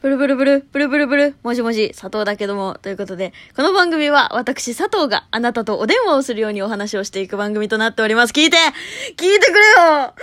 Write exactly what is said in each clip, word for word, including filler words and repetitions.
ブルブルブル、ブルブルブル、もしもし、佐藤だけども、ということで、この番組は私佐藤があなたとお電話をするようにお話をしていく番組となっております。聞いて聞いてくれよ聞いてくれよ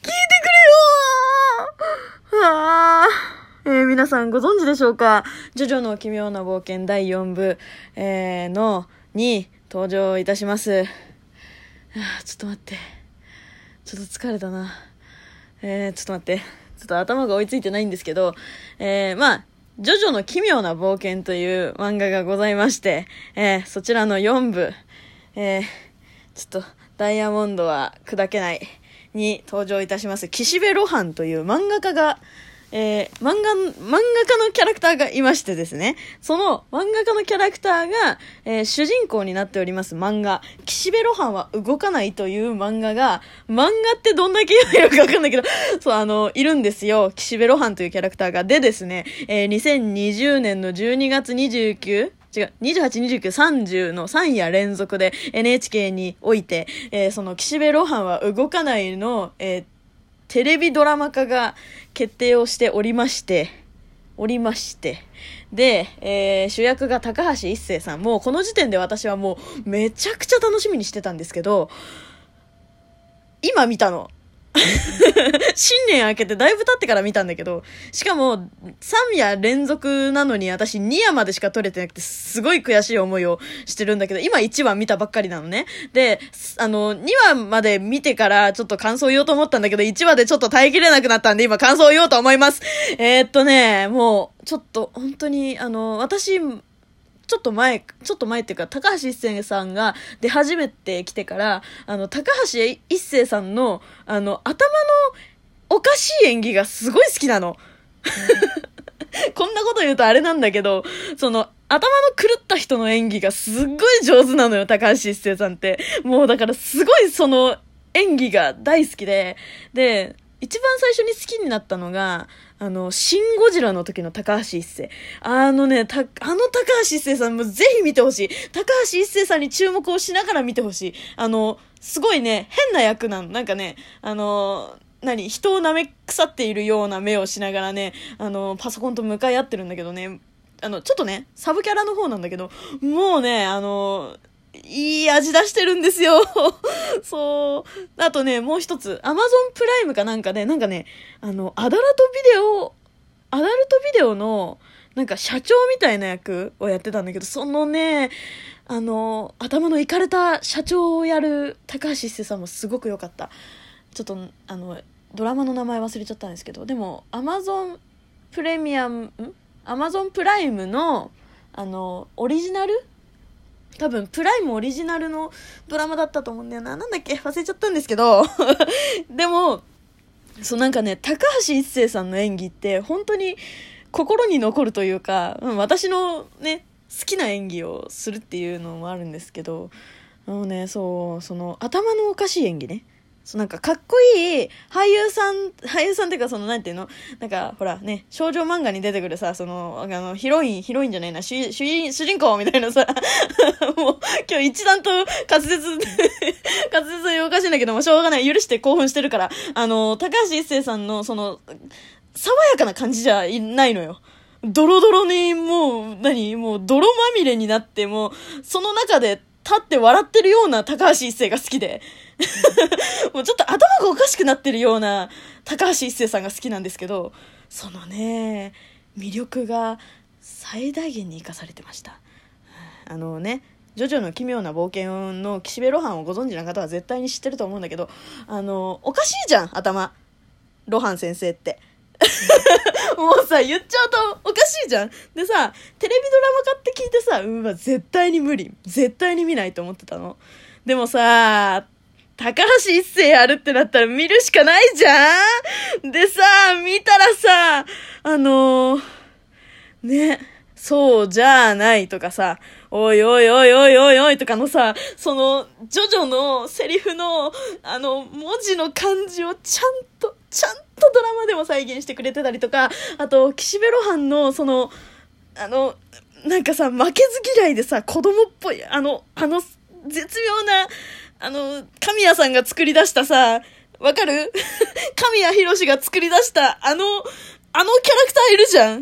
はぁ、えー、皆さんご存知でしょうか？ジョジョの奇妙な冒険だいよんぶ、えー、の、に登場いたします。はぁ、ちょっと待って。ちょっと疲れたな。えー、ちょっと待って。ちょっと頭が追いついてないんですけど、えー、まあ、ジョジョの奇妙な冒険という漫画がございまして、えー、そちらのよんぶ、えー、ちょっと、ダイヤモンドは砕けないに登場いたします、岸辺露伴という漫画家が、えー、漫画、漫画家のキャラクターがいましてですね、その漫画家のキャラクターが、えー、主人公になっております漫画、岸辺露伴は動かないという漫画が、漫画ってどんだけ言うのかわかんないけど、そう、あの、いるんですよ。岸辺露伴というキャラクターが。でですね、えー、にせんにじゅうねんのじゅうにがつにじゅうく違う、にじゅうはち、にじゅうく、さんじゅうのさん夜連続で エヌエイチケー において、えー、その岸辺露伴は動かないの、えー、テレビドラマ化が決定をしておりまして、おりまして。で、えー、主役が高橋一生さん。もうこの時点で私はもうめちゃくちゃ楽しみにしてたんですけど、今見たの。新年明けてだいぶ経ってから見たんだけど、しかもさん夜連続なのに私に夜までしか撮れてなくてすごい悔しい思いをしてるんだけど、今いちわ見たばっかりなのね。で、あのにわまで見てからちょっと感想を言おうと思ったんだけど、いちわでちょっと耐えきれなくなったんで今感想を言おうと思います。えー、っとね、もうちょっと本当にあの私ちょっと前、ちょっと前っていうか、高橋一生さんが出始めてきてから、あの、高橋一生さんの、あの、頭のおかしい演技がすごい好きなの。こんなこと言うとあれなんだけど、その、頭の狂った人の演技がすっごい上手なのよ、高橋一生さんって。もうだからすごいその演技が大好きで、で、一番最初に好きになったのが、あの、シン・ゴジラの時の高橋一生。あのね、た、あの高橋一生さんもぜひ見てほしい。高橋一生さんに注目をしながら見てほしい。あの、すごいね、変な役なの。なんかね、あの、何人を舐め腐っているような目をしながらね、あの、パソコンと向かい合ってるんだけどね、あの、ちょっとね、サブキャラの方なんだけど、もうね、あの、いい味出してるんですよ。そう。あとね、もう一つ、アマゾンプライムかなんかで、なんかね、あの、アダルトビデオ、アダルトビデオの、なんか社長みたいな役をやってたんだけど、そのね、あの、頭のイカれた社長をやる高橋一生さんもすごく良かった。ちょっと、あの、ドラマの名前忘れちゃったんですけど、でも、アマゾンプレミアム、んアマゾンプライムの、あの、オリジナル多分プライムオリジナルのドラマだったと思うんだよな。なんだっけ忘れちゃったんですけどでもそうなんかね、高橋一生さんの演技って本当に心に残るというか、うん、私のね好きな演技をするっていうのもあるんですけど、あのね、そうその頭のおかしい演技ね、そうなんかかっこいい俳優さん俳優さんっていうか、そのなんていうの、なんかほらね、少女漫画に出てくるさ、そのあのヒロインヒロインじゃないな主主人主人公みたいなさもう今日一段と滑舌滑舌おかしいんだけどもしょうがない、許して興奮してるから、あの高橋一生さんのその爽やかな感じじゃないのよ。ドロドロにもう何もう泥まみれになって、もうその中で立って笑ってるような高橋一生が好きでもうちょっと頭がおかしくなってるような高橋一生さんが好きなんですけど、そのね魅力が最大限に生かされてました。あのね、ジョジョの奇妙な冒険の岸辺露伴をご存知の方は絶対に知ってると思うんだけど、あのおかしいじゃん頭、露伴先生ってもうさ言っちゃうとおかしいじゃん。でさ、テレビドラマ化って聞いてさ、うわ絶対に無理、絶対に見ないと思ってたの。でもさ、高橋一生やるってなったら見るしかないじゃん。でさ、見たらさ、あのー、ね、そうじゃないとかさ、おいおいおいおいおいおいとかのさ、そのジョジョのセリフのあの文字の感じをちゃんとちゃんとドラマでも再現してくれてたりとか、あと岸辺露伴のそのあのなんかさ、負けず嫌いでさ、子供っぽいあのあの絶妙なあの神谷さんが作り出したさ、わかる神谷博が作り出したあのあのキャラクターいるじゃん、岸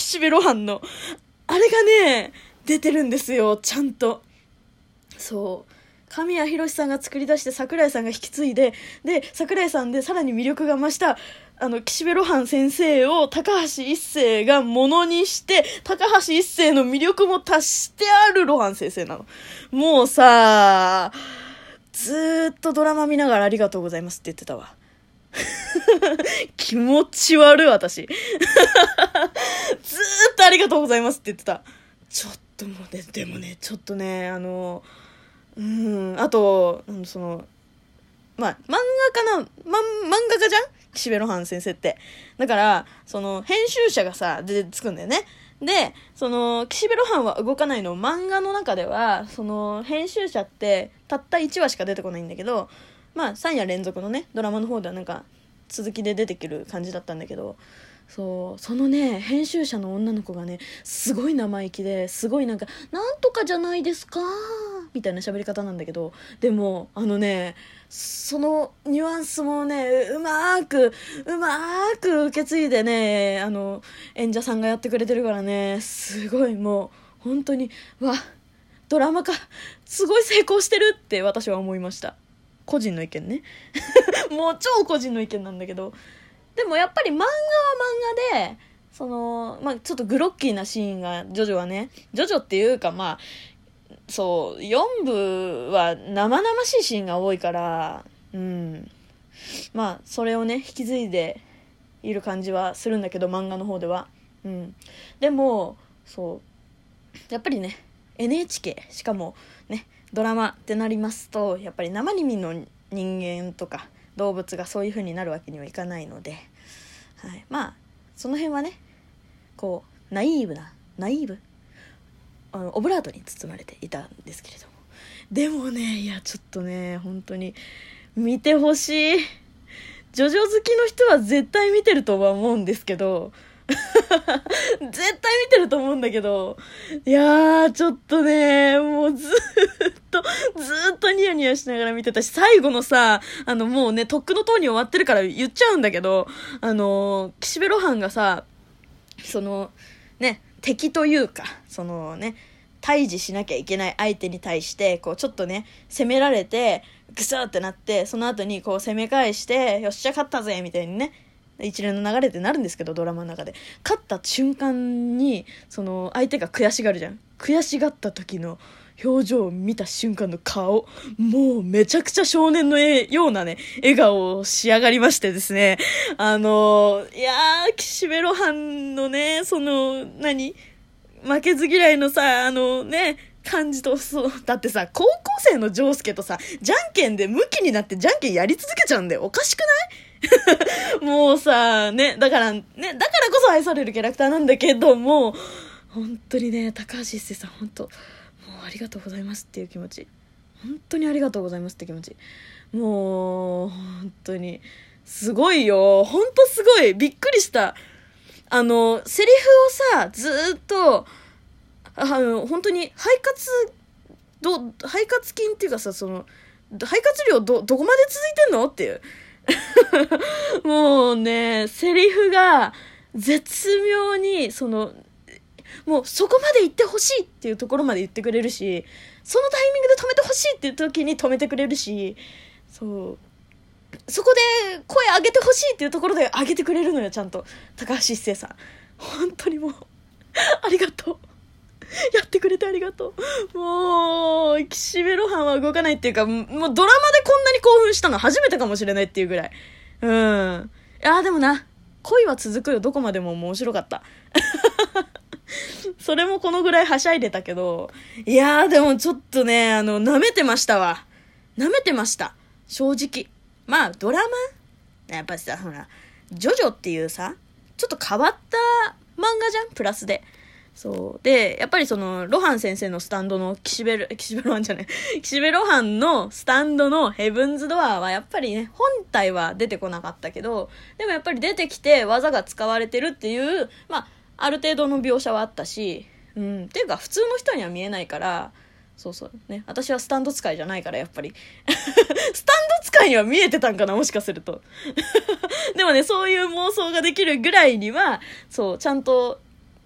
岸辺露伴のあれがね出てるんですよ、ちゃんと。そう神谷博さんが作り出して桜井さんが引き継いで、で桜井さんでさらに魅力が増したあの岸辺露伴先生を高橋一生がものにして、高橋一生の魅力も足してある露伴先生なの。もうさずーっとドラマ見ながらありがとうございますって言ってたわ気持ち悪い私ずーっとありがとうございますって言ってた。ちょっともうね、でもねちょっとねあのうーんあとそのまあ漫画家の、ま、漫画家じゃん岸辺露伴先生って。だからその編集者がさでつくんだよね。でその岸辺露伴は動かないの、漫画の中ではその編集者ってたったいちわしか出てこないんだけど、まあさんや連続のねドラマの方ではなんか続きで出てくる感じだったんだけど、そうそのね編集者の女の子がねすごい生意気ですごいなんかなんとかじゃないですかみたいな喋り方なんだけど、でもあのねそのニュアンスもねうまーくうまーく受け継いでねあの演者さんがやってくれてるからね、すごいもう本当にわドラマ化すごい成功してるって私は思いました。個人の意見ねもう超個人の意見なんだけど、でもやっぱり漫画は漫画でその、まあ、ちょっとグロッキーなシーンがジョジョはねジョジョっていうかまあそうよんぶは生々しいシーンが多いからうんまあそれをね引き継いでいる感じはするんだけど漫画の方ではうんでもそうやっぱりね エヌエイチケー しかもねドラマってなりますとやっぱり生身の人間とか動物がそういう風になるわけにはいかないので、はい、まあその辺はねこうナイーブなナイーブあのオブラートに包まれていたんですけれども、でもねいやちょっとね本当に見てほしい。ジョジョ好きの人は絶対見てるとは思うんですけど絶対見てると思うんだけど、いやーちょっとねもうずーっとずーっとニヤニヤしながら見てたし、最後のさあのもうねとっくの塔に終わってるから言っちゃうんだけど、あの岸辺露伴がさそのね敵というかそのね対峙しなきゃいけない相手に対してこうちょっとね攻められてグサーってなって、その後にこう攻め返してよっしゃ勝ったぜみたいにね一連の流れってなるんですけど、ドラマの中で勝った瞬間にその相手が悔しがるじゃん。悔しがった時の表情を見た瞬間の顔、もうめちゃくちゃ少年のようなね笑顔を仕上がりましてですね、あのいやー岸辺露伴のねその何負けず嫌いのさあのね感じと、そうだってさ高校生のジョースケとさじゃんけんでムキになってじゃんけんやり続けちゃうんだよ。おかしくないもうさねだからねだからこそ愛されるキャラクターなんだけども、本当にね高橋一生さん本当もうありがとうございますっていう気持ち、本当にありがとうございますって気持ち、もう本当にすごいよ、本当すごいびっくりした。あのセリフをさずーっとあの本当に肺活ど肺活筋っていうかさその肺活量 ど, どこまで続いてんのっていうもうねセリフが絶妙にそのもうそこまで言ってほしいっていうところまで言ってくれるし、そのタイミングで止めてほしいっていう時に止めてくれるし、そうそこで声上げてほしいっていうところで上げてくれるのよちゃんと高橋一生さん。本当にもうありがとうやってくれてありがとう。もう岸辺露伴は動かないっていうか、もうドラマでこんなに興奮したの初めてかもしれないっていうぐらい。うんいやでもな恋は続くよどこまでも面白かったそれもこのぐらいはしゃいでたけど、いやーでもちょっとねあの舐めてましたわ。舐めてました正直。まあドラマやっぱりさほらジョジョっていうさちょっと変わった漫画じゃんプラスで。そうでやっぱりその露伴先生のスタンドの岸辺岸辺露伴じゃない岸辺露伴のスタンドのヘブンズドアーはやっぱりね本体は出てこなかったけど、でもやっぱり出てきて技が使われてるっていうまあある程度の描写はあったし、うんっていうか普通の人には見えないから、そうそうね私はスタンド使いじゃないからやっぱりスタンド使いには見えてたんかなもしかするとでもねそういう妄想ができるぐらいにはそうちゃんと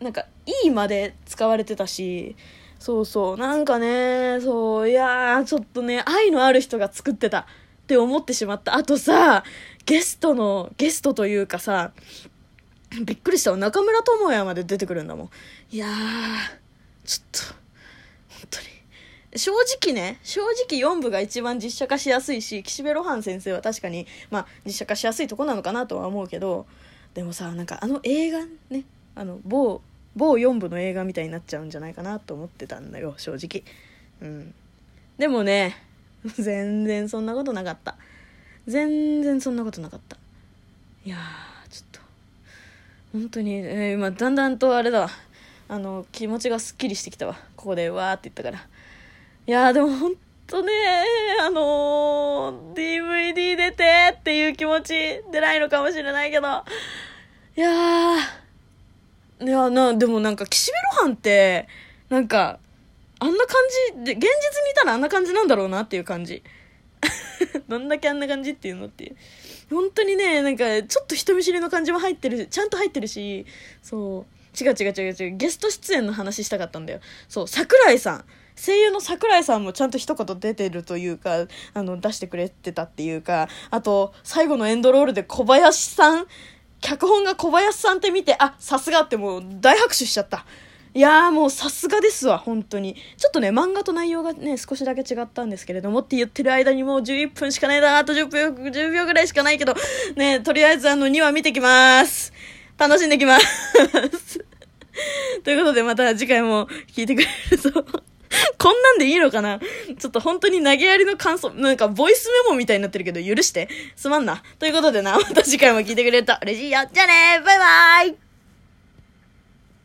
なんかいいまで使われてたし、そうそう、なんかね、そう、いやー、ちょっとね、愛のある人が作ってたって思ってしまった。あとさ、ゲストの、ゲストというかさ、びっくりしたわ。中村智也まで出てくるんだもん。いやー、ちょっと、本当に。正直ね、正直よん部が一番実写化しやすいし、岸辺露伴先生は確かに、まあ、実写化しやすいとこなのかなとは思うけど、でもさ、なんかあの映画ね、あの、某、某よん部の映画みたいになっちゃうんじゃないかなと思ってたんだよ、正直。うん。でもね、全然そんなことなかった。全然そんなことなかった。いやー、ちょっと、本当に、えー、今、だんだんとあれだわ。あの、気持ちがすっきりしてきたわ。ここでわーって言ったから。いやー、でも本当ね、あのー、ディーブイディー 出てっていう気持ち出ないのかもしれないけど、いやー、いやな、でもなんか岸辺露伴って、なんか、あんな感じで、現実にいたらあんな感じなんだろうなっていう感じ。どんだけあんな感じっていうのっていう。本当にね、なんか、ちょっと人見知りの感じも入ってる、ちゃんと入ってるし、そう、違う違う違う違う、ゲスト出演の話したかったんだよ。そう、桜井さん。声優の桜井さんもちゃんと一言出てるというか、あの、出してくれてたっていうか、あと、最後のエンドロールで小林さん、脚本が小林さんって見て、あ、さすがってもう大拍手しちゃった。いやーもうさすがですわ、本当に。ちょっとね、漫画と内容がね、少しだけ違ったんですけれどもって言ってる間にもうじゅういっぷんしかないな、あとじゅっぷん、じゅうびょうぐらいしかないけど、ね、とりあえずあのにわ見てきます。楽しんできます。ということでまた次回も聞いてくれると。こんなんでいいのかな？ちょっと本当に投げやりの感想、なんかボイスメモみたいになってるけど許して。すまんな。ということでな、また次回も聞いてくれると嬉しいよ。じゃあねー、バイバーイ。